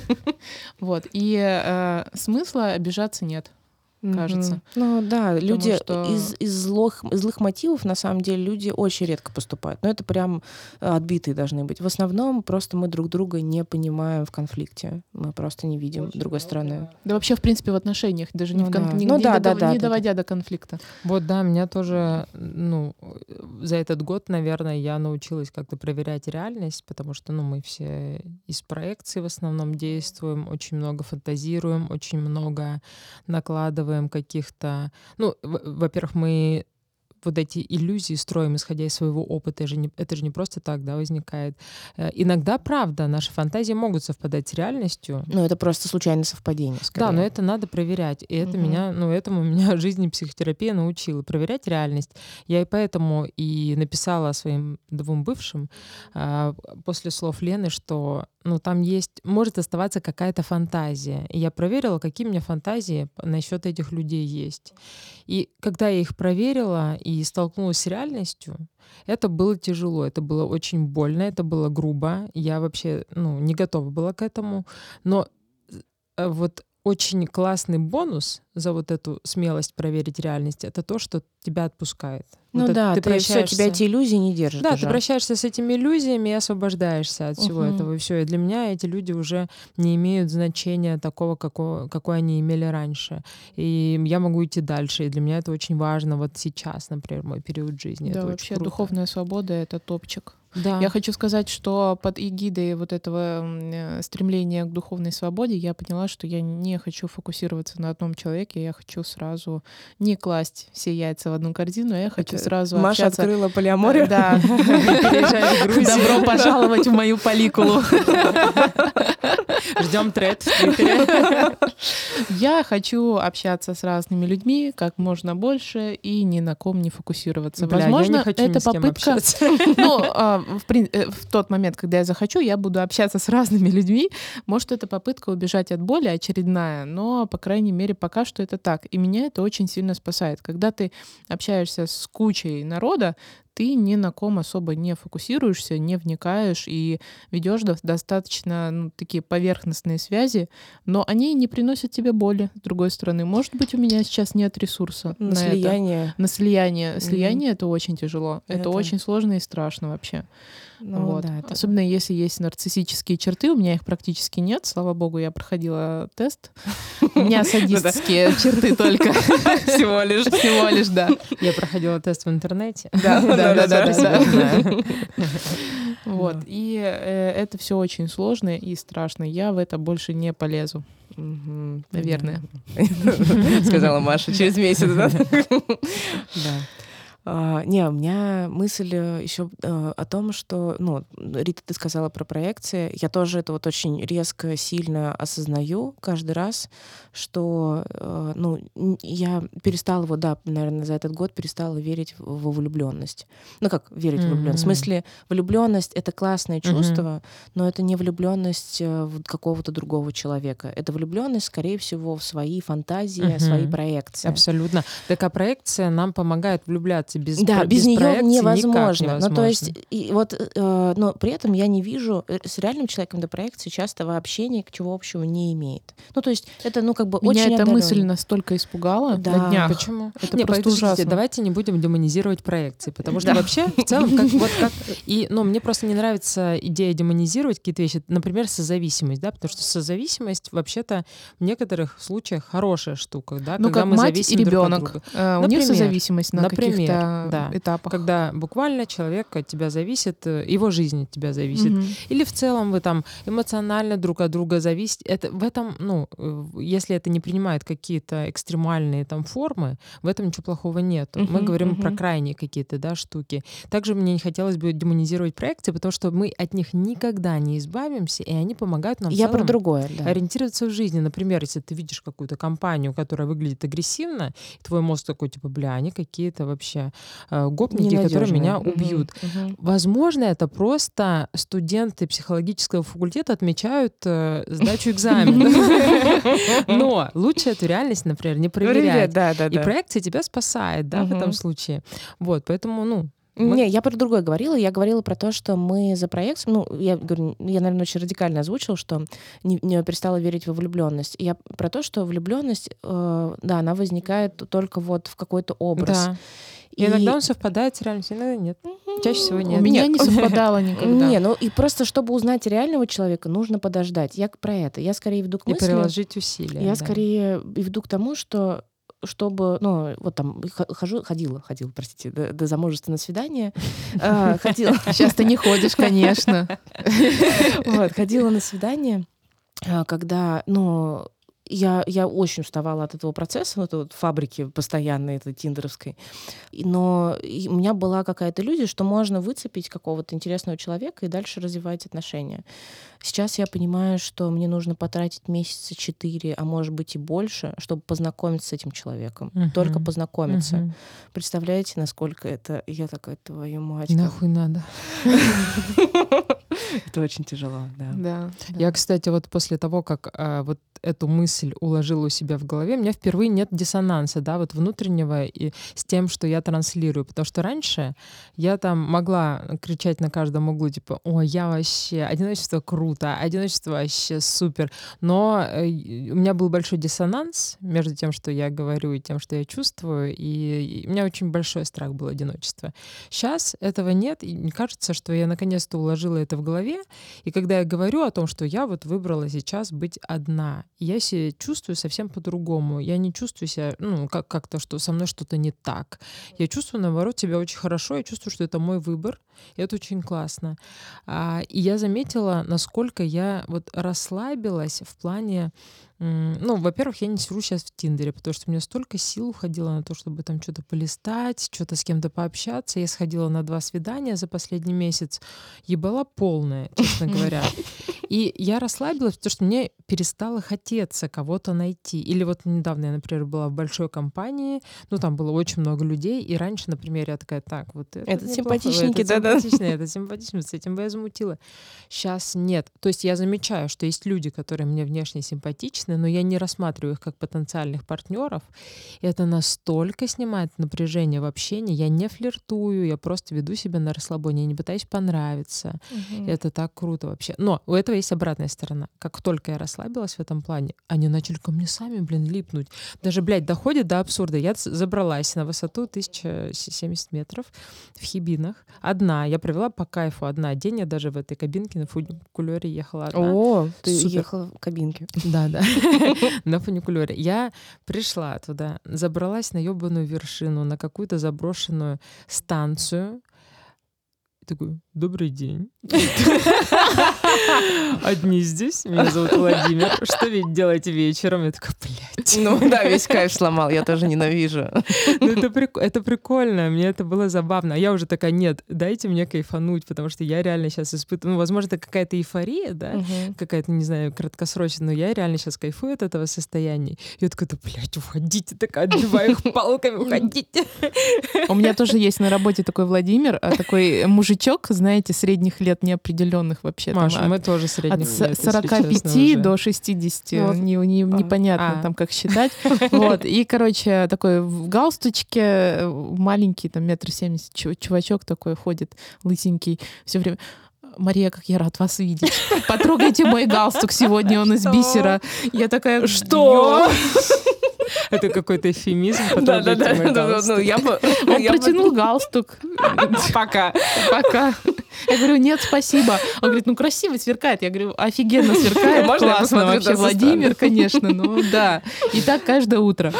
Вот, и э, смысла обижаться нет. Кажется. Мгм. Ну да, люди что- из, из злых, из злых мотивов, на самом деле, люди очень редко поступают. Но это прям э, отбитые должны быть. В основном просто мы друг друга не понимаем в конфликте. Мы просто не видим другой стороны. Да вообще, в принципе, в отношениях, даже не, Ну в кон- да. не- Ну не да, додав- да, да, не да, доводя до конфликта. Вот, да, меня тоже, ну, за этот год, наверное, я научилась как-то проверять реальность, потому что, ну, мы все из проекции в основном действуем, очень много фантазируем, очень много накладываем каких-то... Ну, в- во-первых, мы вот эти иллюзии строим, исходя из своего опыта. Это же не, это же не просто так, да, возникает. Э, Иногда, правда, наши фантазии могут совпадать с реальностью. Ну, это просто случайное совпадение, скорее. Да, но это надо проверять. И это Мгм. меня, ну, этому меня жизнь и психотерапия научила. Проверять реальность. Я и поэтому и написала своим двум бывшим а, после слов Лены, что, ну, там есть, может оставаться какая-то фантазия. И я проверила, какие у меня фантазии насчет этих людей есть. И когда я их проверила и столкнулась с реальностью, это было тяжело, это было очень больно, это было грубо. Я вообще, ну, не готова была к этому. Но э, вот очень классный бонус за вот эту смелость проверить реальность — это то, что тебя отпускает. Ну Вот это да, ты, всё, прощаешься- тебя эти иллюзии не держат Да, уже. ты прощаешься с этими иллюзиями и освобождаешься от всего Мгм. этого. И все. И для меня эти люди уже не имеют значения такого, какого, какое они имели раньше. И я могу идти дальше. И для меня это очень важно вот сейчас, например, мой период жизни. Да, это очень вообще круто. духовная свобода — это топчик. Да. Я хочу сказать, что под эгидой вот этого м, э, стремления к духовной свободе я поняла, что я не хочу фокусироваться на одном человеке, я хочу сразу не класть все яйца в одну корзину, а я хочу Это сразу Маша общаться. открыла полиаморию. Да. Переезжай в Грузию. Добро пожаловать в мою поликулу. Ждем тред в Твиттере. Я хочу общаться с разными людьми как можно больше и ни на ком не фокусироваться. Бля, я Возможно, не хочу ни это с кем попытка. общаться. Ну, а, в, прин- э, в тот момент, когда я захочу, я буду общаться с разными людьми. Может, это попытка убежать от боли очередная, но, по крайней мере, пока что это так. И меня это очень сильно спасает. Когда ты общаешься с кучей кучей народа, ты ни на ком особо не фокусируешься, не вникаешь и ведешь до- достаточно ну, такие поверхностные связи, но они не приносят тебе боли, с другой стороны. Может быть, у меня сейчас нет ресурса На на, это. слияние. На слияние. Мгм. Слияние — это очень тяжело. Это, Это- очень сложно и страшно вообще. Ну Вот. да, это- Особенно если есть нарциссические черты. У меня их практически нет. Слава богу, я проходила тест. У меня садистские черты только. Всего лишь. Всего лишь, да. Я проходила тест в интернете. Да, да, да, да, Спасибо, да. знаю. Вот. Да. И э, это все очень сложно и страшно. Я в это больше не полезу, Мгм. наверное. Сказала Маша через месяц, да? Да. А, не, у меня мысль еще о том, что, ну, Рита, ты сказала про проекции. Я тоже это вот очень резко, сильно осознаю каждый раз, что, э, ну, н- я перестала, вот, да, наверное, за этот год перестала верить в- во влюбленность. Ну, как верить в влюбленность? В Мгм. смысле, влюбленность — это классное Мгм. чувство, но это не влюбленность э, в какого-то другого человека. Это влюбленность, скорее всего, в свои фантазии, Мгм. свои проекции. Абсолютно. Такая проекция нам помогает влюбляться. Без, Да, про- без, нее проекции невозможно. никак Ну, то есть, невозможно. и вот, э, но при этом я не вижу э, с реальным человеком до проекции часто вообще ничего общего не имеет. Ну, то есть, это, ну, как бы Меня очень эта отдалённо. мысль настолько испугала Да. на днях. Почему? Это Не, просто подождите, ужасно. давайте не будем демонизировать проекции, потому что Да. вообще в целом как вот как и ну мне просто не нравится идея демонизировать какие-то вещи, например, созависимость, да, потому что созависимость вообще-то в некоторых случаях хорошая штука, да, Ну, когда как мы мать зависим и друг от ребенок. друга. Э, У них Например, созависимость на например, каких-то да. этапах. Когда буквально человек от тебя зависит, э, его жизнь от тебя зависит. Мгм. Или в целом вы там эмоционально друг от друга зависите. Это в этом, ну, э, если это не принимает какие-то экстремальные там формы, в этом ничего плохого нету. Мы Мгм, говорим мгм. про крайние какие-то, да, штуки. Также мне не хотелось бы демонизировать проекции, потому что мы от них никогда не избавимся, и они помогают нам в Я про целом другое, да. ориентироваться в жизни. Например, если ты видишь какую-то компанию, которая выглядит агрессивно, и твой мозг такой, типа, бля, они какие-то вообще э, гопники, которые Ненадёжные. меня Мгм, убьют. мгм. Возможно, это просто студенты психологического факультета отмечают э, сдачу экзамена. Но лучше эту реальность, например, не проверять. Да, да, И да. проекция тебя спасает, да, в Мгм. этом случае. Вот, поэтому, ну, мы- Не, я про другое говорила. Я говорила про то, что мы за проекцию, ну, я говорю, я, наверное, очень радикально озвучила, что не, не перестала верить во влюбленность. Я про то, что влюбленность, э, да, она возникает только вот в какой-то образ. да. И иногда он совпадает с реальностью, иногда нет. Чаще всего У нет. меня Нет. не совпадало никогда. Не, ну и просто, чтобы узнать реального человека, нужно подождать. Я про это. Я скорее веду к И мысли. приложить усилия. Я да. скорее веду к тому, что чтобы, ну, вот там х- хожу, ходила, ходила, простите, до, до замужества на свидание, А, ходила, Сейчас ты не ходишь, конечно. вот, ходила на свидание, а, когда, ну, я, я очень уставала от этого процесса, вот, вот фабрики постоянной, этой тиндеровской. И- Но и у меня была какая-то иллюзия, что можно выцепить какого-то интересного человека и дальше развивать отношения. Сейчас я понимаю, что мне нужно потратить месяца четыре, а может быть и больше, чтобы познакомиться с этим человеком. Мгм. Только познакомиться. Мгм. Представляете, насколько это... Я такая, твою мать. как- Нахуй надо. Это очень тяжело, да. Да. Я, кстати, вот после того, как а, вот эту мысль уложила у себя в голове, у меня впервые нет диссонанса, да, вот внутреннего и с тем, что я транслирую. Потому что раньше я там могла кричать на каждом углу, типа, о, я вообще, одиночество круто, одиночество вообще супер. Но э, у меня был большой диссонанс между тем, что я говорю, и тем, что я чувствую. И, и у меня очень большой страх был одиночества. Сейчас этого нет, и мне кажется, что я наконец-то уложила это в голове. И когда я говорю о том, что я вот выбрала сейчас быть одна, я себя чувствую совсем по-другому. Я не чувствую себя, ну, как- как-то, что со мной что-то не так. Я чувствую, наоборот, себя очень хорошо. Я чувствую, что это мой выбор. И это очень классно. А, и я заметила, насколько я вот расслабилась в плане... м, Ну, во-первых, я не сижу сейчас в Тиндере, потому что у меня столько сил уходило на то, чтобы там что-то полистать, что-то с кем-то пообщаться. Я сходила на два свидания за последний месяц. Ебала полная, честно говоря. И я расслабилась, потому что мне перестало хотеться кого-то найти. Или вот недавно я, например, была в большой компании, ну, там было очень много людей, и раньше, например, я такая, так, вот это Этот неплохо, симпатичненький, этот да-да. симпатичный, это симпатичный, с этим бы я замутила. Сейчас нет. То есть я замечаю, что есть люди, которые мне внешне симпатичны, симпатичные, но я не рассматриваю их как потенциальных партнеров. И это настолько снимает напряжение в общении. Я не флиртую, я просто веду себя на расслабоне, я не пытаюсь понравиться. Угу. Это так круто вообще. Но у этого есть обратная сторона. Как только я расслабилась в этом плане, они начали ко мне сами, блин, липнуть. Даже, блядь, доходит до абсурда. Я забралась на высоту тысяча семьдесят метров в Хибинах. Одна. Я провела по кайфу одна. День я даже в этой кабинке на фуникулёре ехала одна. О, ты Супер. ехала в кабинке. Да, да. На фуникулёре. Я пришла туда, забралась на ёбаную вершину, на какую-то заброшенную станцию. И такой: добрый день. Одни здесь. Меня зовут Владимир. Что вы делаете вечером? Я такая: блядь. Ну да, весь кайф сломал. Я тоже ненавижу. Ну, это, прик... это прикольно. Мне это было забавно. А я уже такая: нет, дайте мне кайфануть, потому что я реально сейчас испытываю... Ну, возможно, это какая-то эйфория, да? Угу. Какая-то, не знаю, краткосрочная, но я реально сейчас кайфую от этого состояния. И я такая: да, блядь, уходите. Такая отбиваю их палками: уходите. У меня тоже есть на работе такой Владимир, такой мужичок, знаете, средних лет неопределенных вообще. Маша, там, мы от, тоже средних от лет, сорок пяти до шестидесяти. Вот. Не, не, непонятно а. там, как считать. Вот. И, короче, такой в галстучке, маленький, там, метр семьдесят, чувачок такой ходит, лысенький, все время: Мария, как я рад вас видеть. Потрогайте мой галстук, сегодня он из бисера. Я такая: что? Это какой-то эфемизм. Да, да, да. Ну, я бы, он я протянул бы... галстук. Пока. Пока. Я говорю: нет, спасибо. Он говорит: ну, красиво сверкает. Я говорю: офигенно сверкает. Можно классно вообще. Владимир, конечно, ну да. И так каждое утро.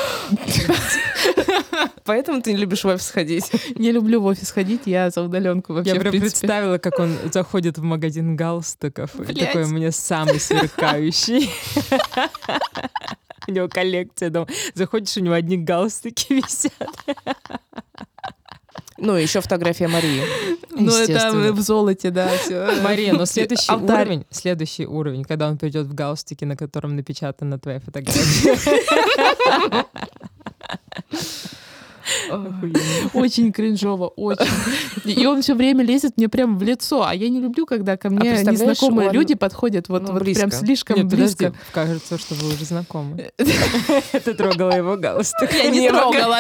Поэтому ты не любишь в офис ходить? Не люблю в офис ходить, я за удаленку вообще. Я прям представила, как он заходит в магазин галстуков. И такой: у меня самый сверкающий. У него коллекция дома. Заходишь, у него одни галстуки висят. Ну, еще фотография Марии. Ну, это в золоте, да. Все. Мария, но следующий уровень, следующий уровень, когда он придет в галстуке, на котором напечатана твоя фотография. Очень кринжово, очень. И он все время лезет мне прям в лицо, а я не люблю, когда ко мне а незнакомые он... люди подходят вот, ну, вот прям слишком Нет, близко. Подожди, кажется, что вы уже знакомы. Ты трогала его галстук. Я не трогала.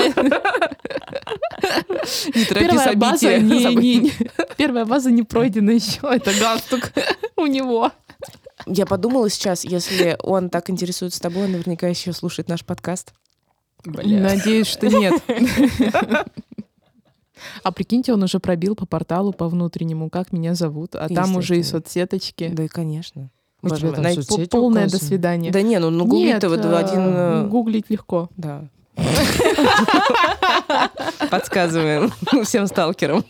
Первая база не первая база не пройдена еще. Это галстук у него. Я подумала сейчас, если он так интересуется тобой, он наверняка еще слушает наш подкаст. Бля. Надеюсь, что нет. А прикиньте, он уже пробил по порталу, по внутреннему, как меня зовут, а там уже и соцсеточки. Да и конечно. Боже, там соцсети полное указаны. До свидания. Да не, ну, ну гуглить-то вот один... Гуглить легко. Да. Подсказываем всем сталкерам.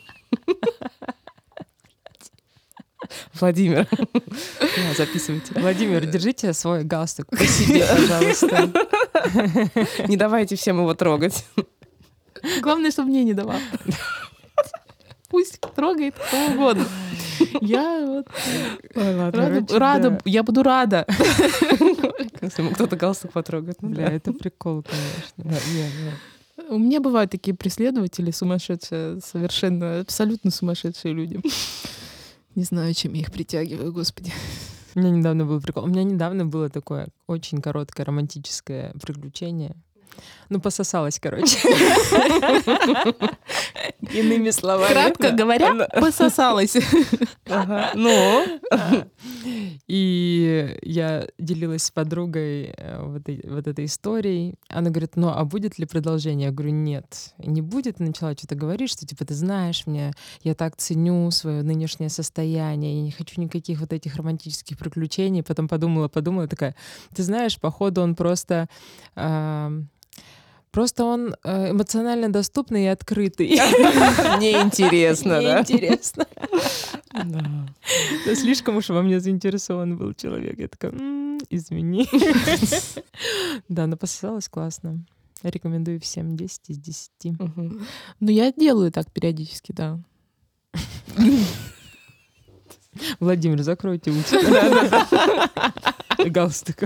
Владимир, да, записывайте. Владимир, держите свой галстук по себе, пожалуйста. Не давайте всем его трогать. Главное, чтобы мне не давал. Пусть трогает кого угодно. Я вот Ой, ладно, рада, короче, рада да. Я буду рада. Если ему кто-то галстук потрогает. Ну, Бля, да. Это прикол, конечно. Да, нет, нет. У меня бывают такие преследователи сумасшедшие, совершенно, абсолютно сумасшедшие люди. Не знаю, чем я их притягиваю, господи. У меня недавно был прикол. У меня недавно было такое очень короткое романтическое приключение. Ну, пососалась, короче. Иными словами. Кратко говоря, пососалась. Ну? И я делилась с подругой вот, вот этой историей. Она говорит: ну, а будет ли продолжение? Я говорю: нет, не будет. Начала что-то говорить, что типа: ты знаешь меня, я так ценю свое нынешнее состояние, я не хочу никаких вот этих романтических приключений. Потом подумала, подумала, такая: ты знаешь, походу он просто... Просто он эмоционально доступный и открытый. Неинтересно, да? Неинтересно. Слишком уж во мне заинтересован был человек. Я такая: извини. Да, но пососалась классно. Рекомендую всем десять из десяти. Ну, я делаю так периодически, да. Владимир, закройте уши. Галстуком.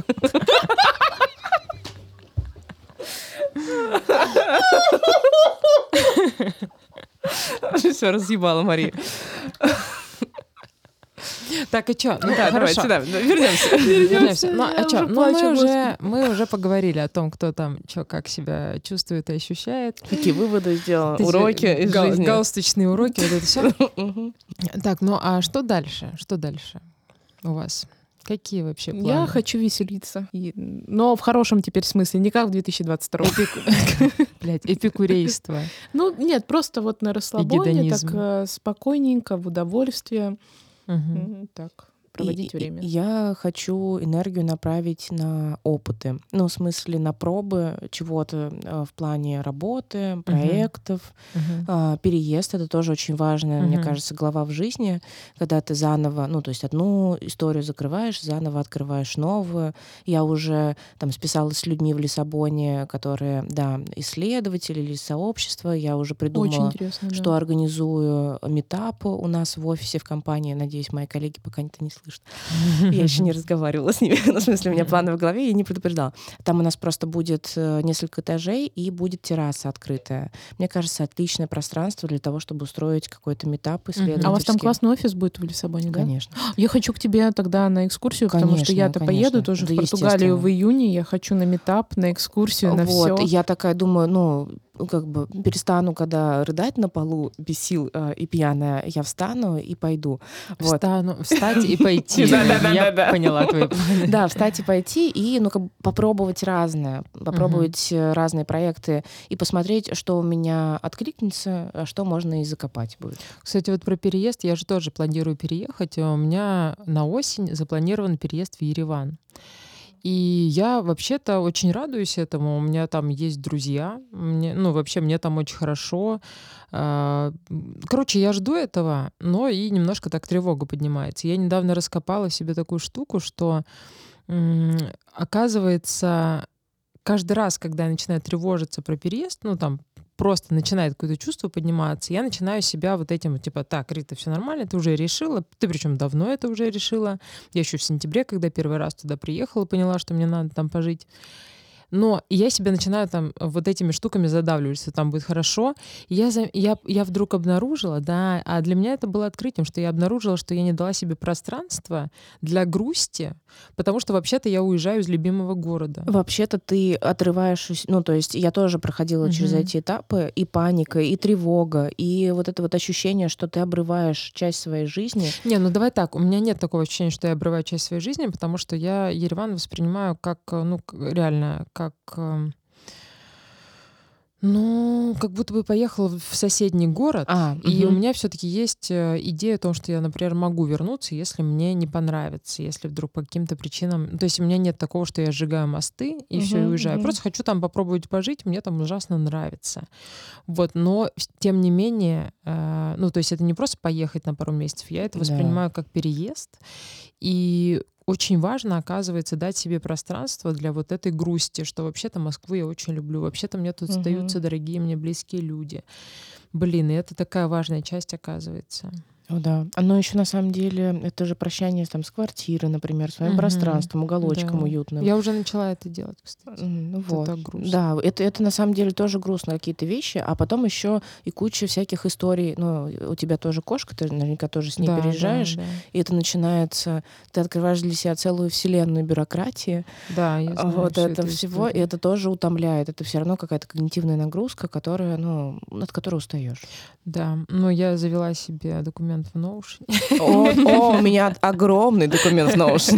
Все разъебала Мария. Так, и чё? Ну, да, хорошо. давайте, да, вернемся. Вернемся. Ну, а чё? уже Ну, плачу, мы уже, мы уже поговорили о том, кто там чё, как себя чувствует и ощущает. Какие выводы сделал, Эти уроки из гал- жизни. Галстучные уроки, вот это все. Мгм. Так, ну а что дальше? Что дальше у вас? Какие вообще планы? Я хочу веселиться. И- Но в хорошем теперь смысле, не как в две тысячи двадцать втором. Блядь, эпикурейство. Ну, нет, просто вот на расслабоне, так гедонизм. э, спокойненько, в удовольствие. Мгм. М, Так, проводить И- и- время. Я хочу энергию направить на опыты. Ну, в смысле, на пробы чего-то э, в плане работы, проектов. Мгм. А, Переезд — это тоже очень важная, мне Мгм. кажется, глава в жизни, когда ты заново, ну, то есть одну историю закрываешь, заново открываешь новую. Я уже там списалась с людьми в Лиссабоне, которые, да, исследователи или сообщества. Я уже Очень придумала, интересно, да. что организую метап у нас в офисе в компании. Надеюсь, мои коллеги пока это не слышат. Я еще не разговаривала с ними. Ну, в смысле, у меня планы в голове, я не предупреждала. Там у нас просто будет э, несколько этажей и будет терраса открытая. Мне кажется, отличное пространство для того, чтобы устроить какой-то метап исследовательский. А у вас там классный офис будет в Лиссабоне, да? Конечно. Я хочу к тебе тогда на экскурсию, потому что Конечно, я-то конечно. поеду тоже Да, в Португалию естественно. в июне. Я хочу на метап, на экскурсию, на Вот, все. и я такая думаю, ну, как бы перестану, когда рыдать на полу без сил э, и пьяная, я встану и пойду. Вот. Встану, встать и пойти. Да-да-да-да-да. Я поняла твои планы. Да, встать и пойти, и ну, как бы попробовать разное, попробовать э, разные проекты и посмотреть, что у меня откликнется, а что можно и закопать будет. Кстати, вот про переезд я же тоже планирую переехать. У меня на осень запланирован переезд в Ереван. И я вообще-то очень радуюсь этому. У меня там есть друзья. Мне, ну, вообще, мне там очень хорошо. А, м, Короче, я жду этого, но и немножко так тревога поднимается. Я недавно раскопала в себе такую штуку, что, м, оказывается, каждый раз, когда я начинаю тревожиться про переезд, ну, там, просто начинает какое-то чувство подниматься, я начинаю себя вот этим, типа, так, Рита, все нормально, ты уже решила, ты причем давно это уже решила. Я еще в сентябре, когда первый раз туда приехала, поняла, что мне надо там пожить. Но я себя начинаю там вот этими штуками задавливать, что там будет хорошо. И Я, за- я, я вдруг обнаружила, да, а для меня это было открытием, что я обнаружила, что я не дала себе пространства для грусти, потому что вообще-то я уезжаю из любимого города. Вообще-то ты отрываешь, ну, то есть я тоже проходила через Мгм. эти этапы, и паника, и тревога, и вот это вот ощущение, что ты обрываешь часть своей жизни. Не, ну давай так, у меня нет такого ощущения, что я обрываю часть своей жизни, потому что я Ереван воспринимаю как, э, ну, к- реально, как, эм, ну, как будто бы поехала в соседний город, А, и у мгм. меня все-таки есть э, идея о том, что я, например, могу вернуться, если мне не понравится, если вдруг по каким-то причинам... ну, То есть у меня нет такого, что я сжигаю мосты и все, и Мгм, уезжаю. мгм. Просто хочу там попробовать пожить, мне там ужасно нравится. Вот, но в- тем не менее, э, ну, то есть это не просто поехать на пару месяцев, я это Да. воспринимаю как переезд. И очень важно, оказывается, дать себе пространство для вот этой грусти, что вообще-то Москву я очень люблю, вообще-то мне тут Мгм. остаются дорогие мне близкие люди. Блин, и это такая важная часть, оказывается. О, да. Оно еще на самом деле, это же прощание там с квартирой, например, своим Мгм. пространством, уголочком Да. уютным. Я уже начала это делать, кстати. М, Ну Это вот. так грустно. Да, это, это на самом деле тоже грустно, какие-то вещи, а потом еще и куча всяких историй. Ну, у тебя тоже кошка, ты наверняка тоже с ней Да, да, переезжаешь, да. и это начинается, ты открываешь для себя целую вселенную бюрократии, Да, я а знаю вот всю это эту всего, и историю. это тоже утомляет. Это все равно какая-то когнитивная нагрузка, которая, ну, от которой устаешь. Да, но я завела себе документ в Notion. О, о, у меня огромный документ в Notion.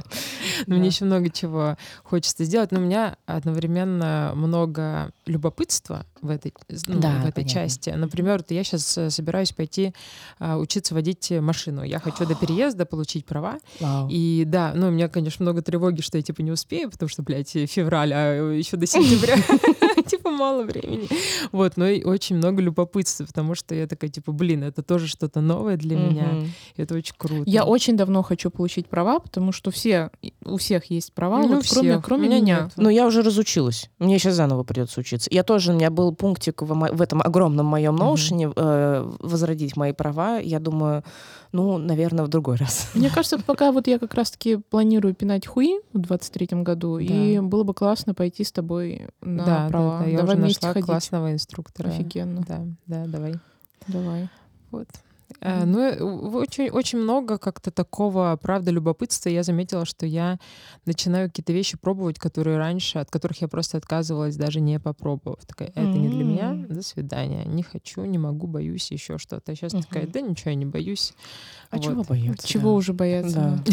Но мне еще много чего хочется сделать. Но у меня одновременно много любопытства в этой, ну, Да, в этой понятно. части. Например, вот я сейчас собираюсь пойти а, учиться водить машину. Я хочу до переезда получить права. Вау. И да, ну, у меня, конечно, много тревоги, что я типа не успею, потому что, блядь, февраль, а еще до сентября. Типа мало времени. Вот, но и очень много любопытства, потому что я такая, типа, блин, это тоже что-то новое для меня. Мгм. И это очень круто. Я очень давно хочу получить права, потому что все, у всех есть права, Ну, вот кроме, всех. кроме У меня меня. нет. Ну, я уже разучилась. Мне сейчас заново придется учиться. Я тоже, у меня был пунктик в, мо- в этом огромном моем Мгм. ноушене э, возродить мои права. Я думаю, ну, наверное, в другой раз. Мне кажется, пока вот я как раз-таки планирую пинать хуи в двадцать третьем году, и Да. было бы классно пойти с тобой на Да, права. да, да, я Давай уже вместе нашла ходить. классного инструктора. Офигенно. Да, да, давай. Давай. Вот. Э, Ну, э, в- очень, очень много как-то такого, правда, любопытства. Я заметила, что я начинаю какие-то вещи пробовать, которые раньше, от которых я просто отказывалась, даже не попробовав. Такая, это не для меня, М. до свидания. Не хочу, не могу, боюсь, еще что-то. Сейчас такая, Мгм. да ничего, я не боюсь. А Вот. чего бояться? Чего да? уже бояться? Да.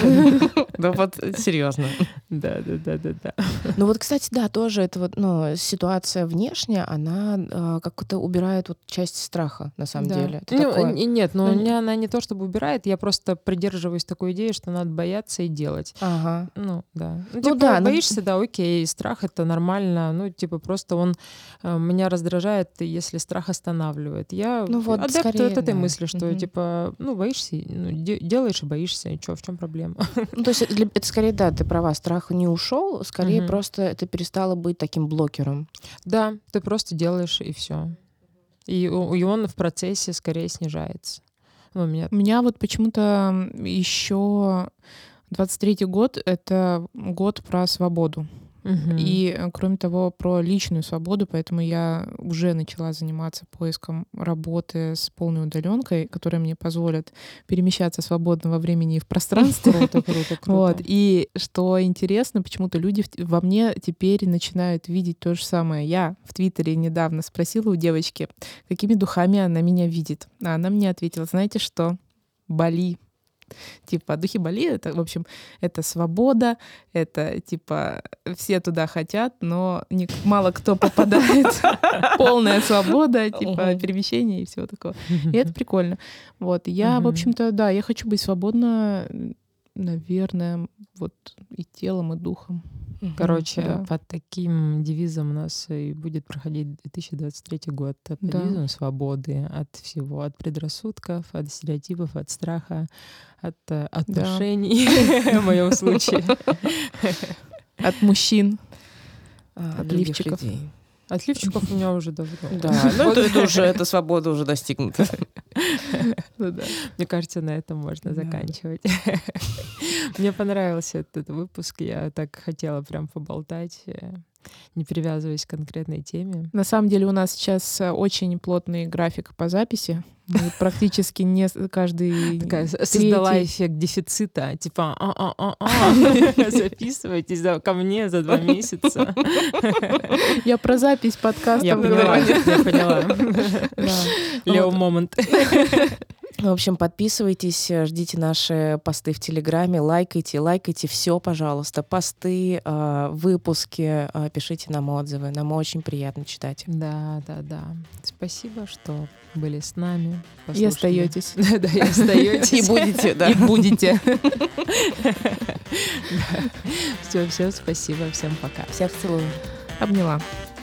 да. Да вот серьезно. Да, да, да, да, да. Ну вот, кстати, да, тоже это вот, ну, ситуация внешняя, она а, как-то убирает вот часть страха, на самом Да. деле. Это Ну, такое. н- нет, но Ну, у не- меня она не то чтобы убирает, я просто придерживаюсь такой идеи, что надо бояться и делать. Ага. Ну, да. Ну, Ну типа, да, ну- боишься, да, окей, страх — это нормально. Ну, типа, просто он э, меня раздражает, если страх останавливает. Я Ну вот, адепт скорее, от этой да. мысли, что, Мгм. типа, ну, боишься, ну, де- делаешь и боишься, и чё, в чем проблема? Ну, то есть для- это скорее, да, ты права, страх не ушел, скорее Мгм. просто это перестало быть таким блокером. Да, ты просто делаешь, и все. И, у- и он в процессе скорее снижается. Ну, у меня У меня вот почему-то еще двадцать третий год — это год про свободу. Мгм. И, э, кроме того, про личную свободу, поэтому я уже начала заниматься поиском работы с полной удаленкой, которая мне позволит перемещаться свободно во времени и в пространстве. Круто, круто, круто. Вот. И что интересно, почему-то люди в- во мне теперь начинают видеть то же самое. Я в Твиттере недавно спросила у девочки, какими духами она меня видит. А она мне ответила, знаете что? Бали. Типа, духи Бали — это, в общем, это свобода, это, типа, все туда хотят, но не- мало кто попадает. Полная свобода, типа, Мгм. перемещения и всего такого. И это прикольно. Вот. Я, в Мгм. общем-то, да, я хочу быть свободна, наверное, вот и телом, и духом. Короче, Да. под таким девизом у нас и будет проходить две тысячи двадцать третий год. Под Да. девизом свободы от всего, от предрассудков, от стереотипов, от страха, от э, отношений, в моем случае. От мужчин. А, От других лифчиков. людей. От лифчиков у меня уже давно. Да, ну это, это уже, эта свобода уже достигнута. Ну да. Мне кажется, на этом можно Да. заканчивать. Мне понравился этот выпуск. Я так хотела прям поболтать, э, не привязываясь к конкретной теме. На самом деле у нас сейчас э, очень плотный график по записи. Мы практически не с- каждый Такая с- создала третий- эффект дефицита. Типа, а-а-а-а, записывайтесь за- ко мне за два месяца. Я про запись подкаста. Я поняла, я поняла. Да. Лео Вот. момент. В общем, подписывайтесь, э, ждите наши посты в Телеграме, лайкайте, лайкайте все, пожалуйста. Посты, э, выпуски, э, пишите нам отзывы. Нам очень приятно читать. Да, да, да. Спасибо, что были с нами. И послушали. остаетесь. Да, и остаетесь. И будете, да. И будете. Все, всем спасибо, всем пока. Всех целую. Обняла.